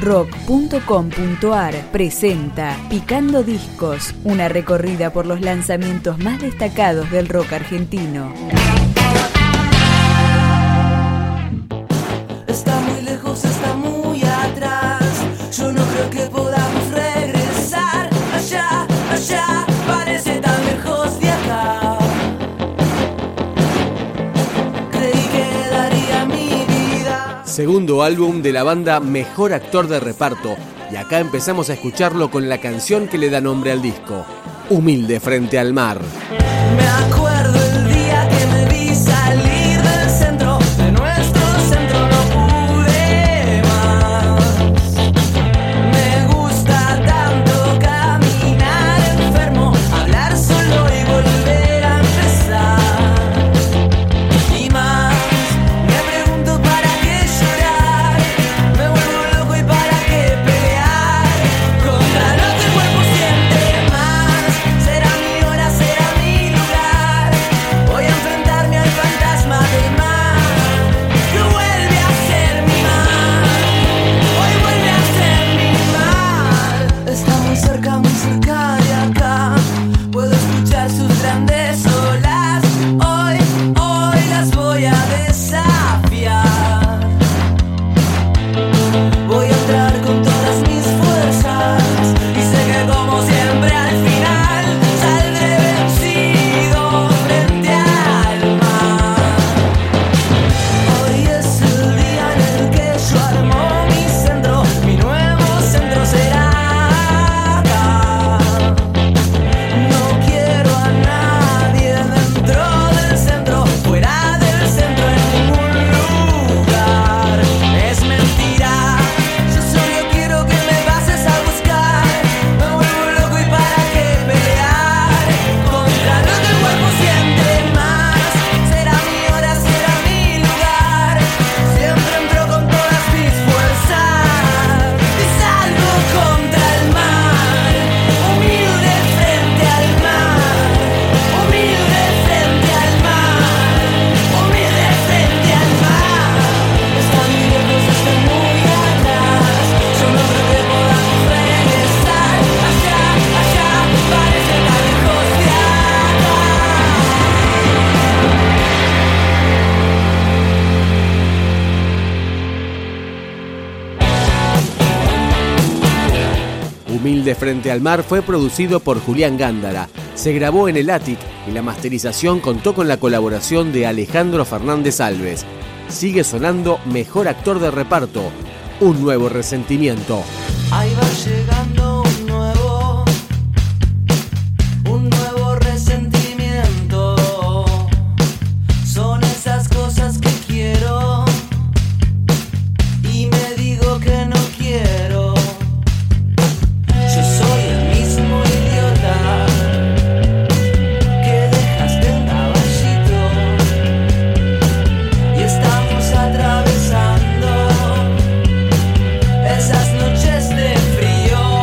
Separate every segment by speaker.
Speaker 1: rock.com.ar presenta Picando Discos, una recorrida por los lanzamientos más destacados del rock argentino.
Speaker 2: Está muy lejos, está muy atrás. Yo no creo que podamos regresar. Allá, allá, parece tan lejos de acá. Creí que daría mi vida.
Speaker 3: Segundo álbum de la banda Mejor Actor de Reparto, y acá empezamos a escucharlo con la canción que le da nombre al disco, Humilde frente al mar.
Speaker 2: Me acuerdo el día que me vi salir del centro, de nuestro centro no pude más. Me gusta tanto caminar enfermo, hablar solo y volver a empezar. Y más, me pregunto para qué llorar, me vuelvo loco y para qué pelear contra lo que el cuerpo siente más. Será mi hora, será mi lugar, voy a enfrentarme al fantasma del mar, que vuelve a ser mi mal, hoy vuelve a ser mi mal. Está muy cerca de acá, puedo escuchar sus grandes olas, hoy las voy a desafiar. Voy a entrar con todas mis fuerzas y sé que como siempre al final saldré vencido frente al mar. Hoy es el día en el que yo armo mi centro, mi nuevo centro será acá. No quiero a nadie dentro del centro, fuera del centro en ningún lugar. Es mentira, yo solo quiero que me pases a buscar. Me vuelvo loco y para qué pelear contra lo que el cuerpo siente más. Será mi hora, será mi lugar, siempre entro con todas mis fuerzas y salgo contra el mar, humilde frente al mar, humilde frente al mar, humilde frente al mar. Está muy lejos, está muy atrás, yo no creo que podamos regresar. Allá, allá, parece tan lejos de acá.
Speaker 3: Humilde frente al mar fue producido por Julián Gándara, se grabó en el Attic y la masterización contó con la colaboración de Alejandro Fernández Alves. Sigue sonando Mejor Actor de Reparto, un nuevo resentimiento.
Speaker 2: Ahí va llegando un nuevo resentimiento. Son esas cosas que quiero y me digo que no quiero. Yo soy el mismo idiota que dejaste en caballito y estamos atravesando esas noches de frío.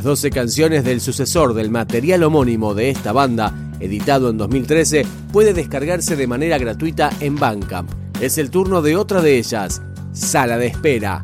Speaker 3: Las 12 canciones del sucesor del material homónimo de esta banda, editado en 2013, puede descargarse de manera gratuita en Bandcamp. Es el turno de otra de ellas, Sala de Espera.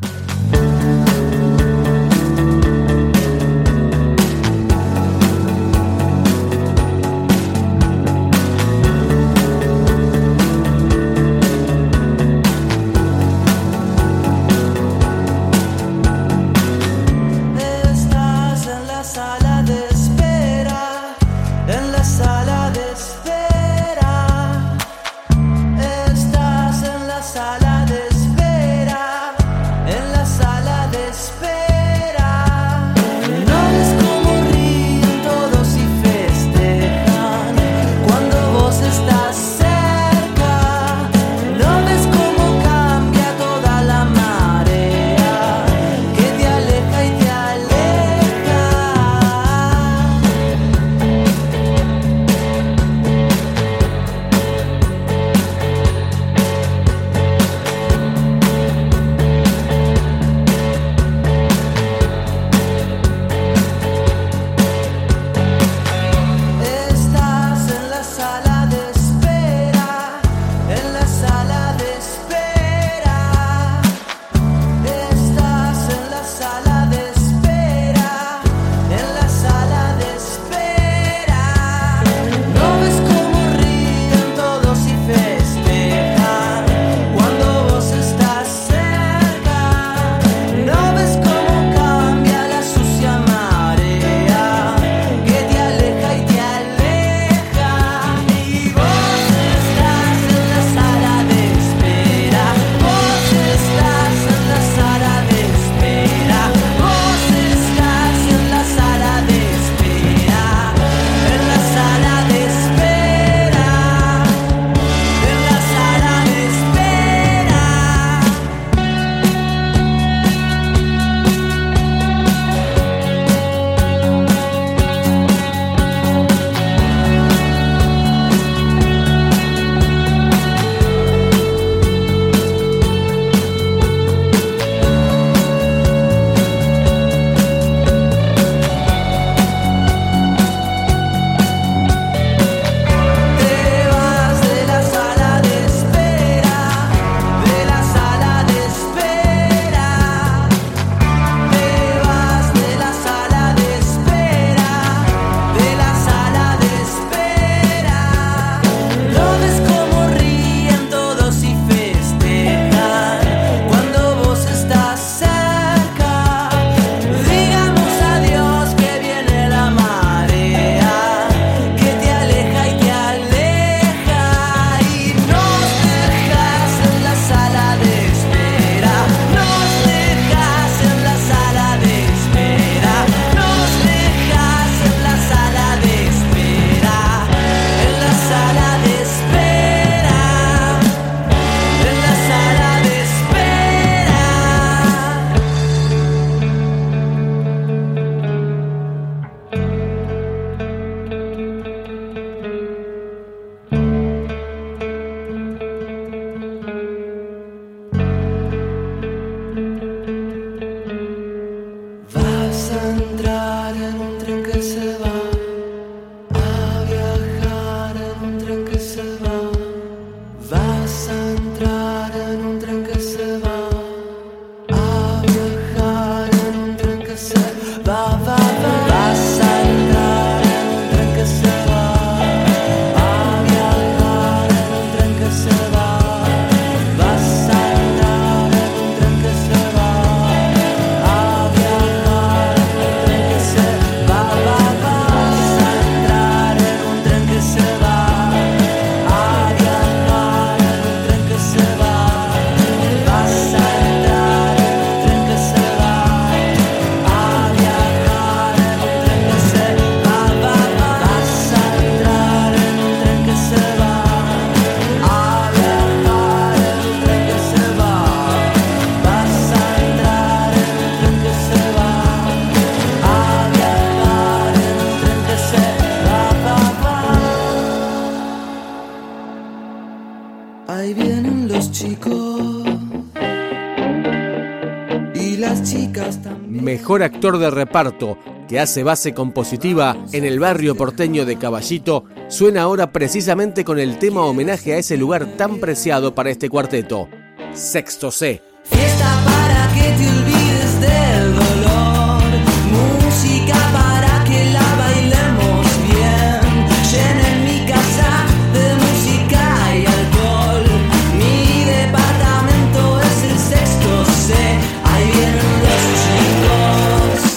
Speaker 2: Ahí vienen los chicos y las las chicas también.
Speaker 3: Mejor actor de reparto, que hace base compositiva en el barrio porteño de Caballito, suena ahora precisamente con el tema homenaje a ese lugar tan preciado para este cuarteto, Sexto C.
Speaker 2: Fiesta para que te olvides del dolor, música para que la bailemos bien. Llenen mi casa de música y alcohol. Mi departamento es el Sexto C. Ahí vienen los chicos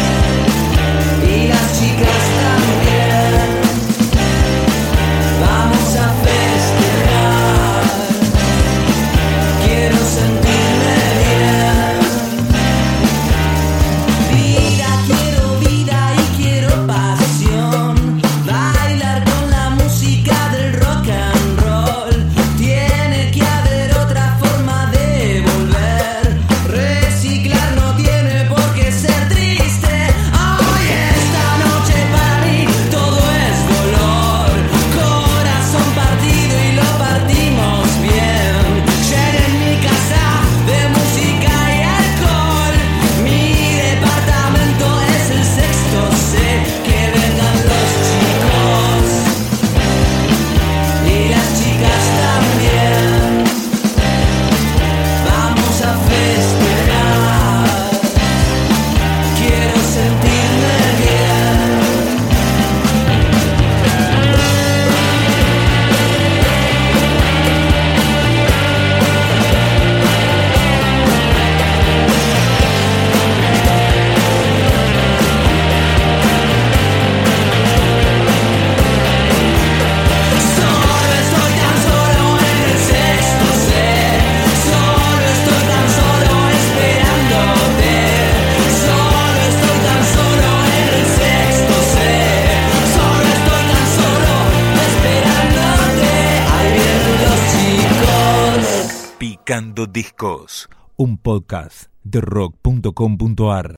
Speaker 2: y las chicas también. Vamos a festejar. Quiero sentirme bien. Vida y quiero pasión. Bailar con la música del rock and roll. Tiene que haber otra forma de volver. Reciclar no tiene por qué ser triste. Hoy esta noche para mí todo es dolor. Corazón partido y lo partimos bien. Llenen mi casa de música y alcohol. Mi departamento es el Sexto C. Que vengan los chicos y las chicas también. Vamos a festejar. Quiero sentirme bien. Solo estoy tan solo en el Sexto C. Solo estoy tan solo esperándote. Solo estoy tan solo en el Sexto C. Solo estoy tan solo esperándote. Ahí vienen los chicos.
Speaker 4: Picando Discos, un podcast de rock.com.ar.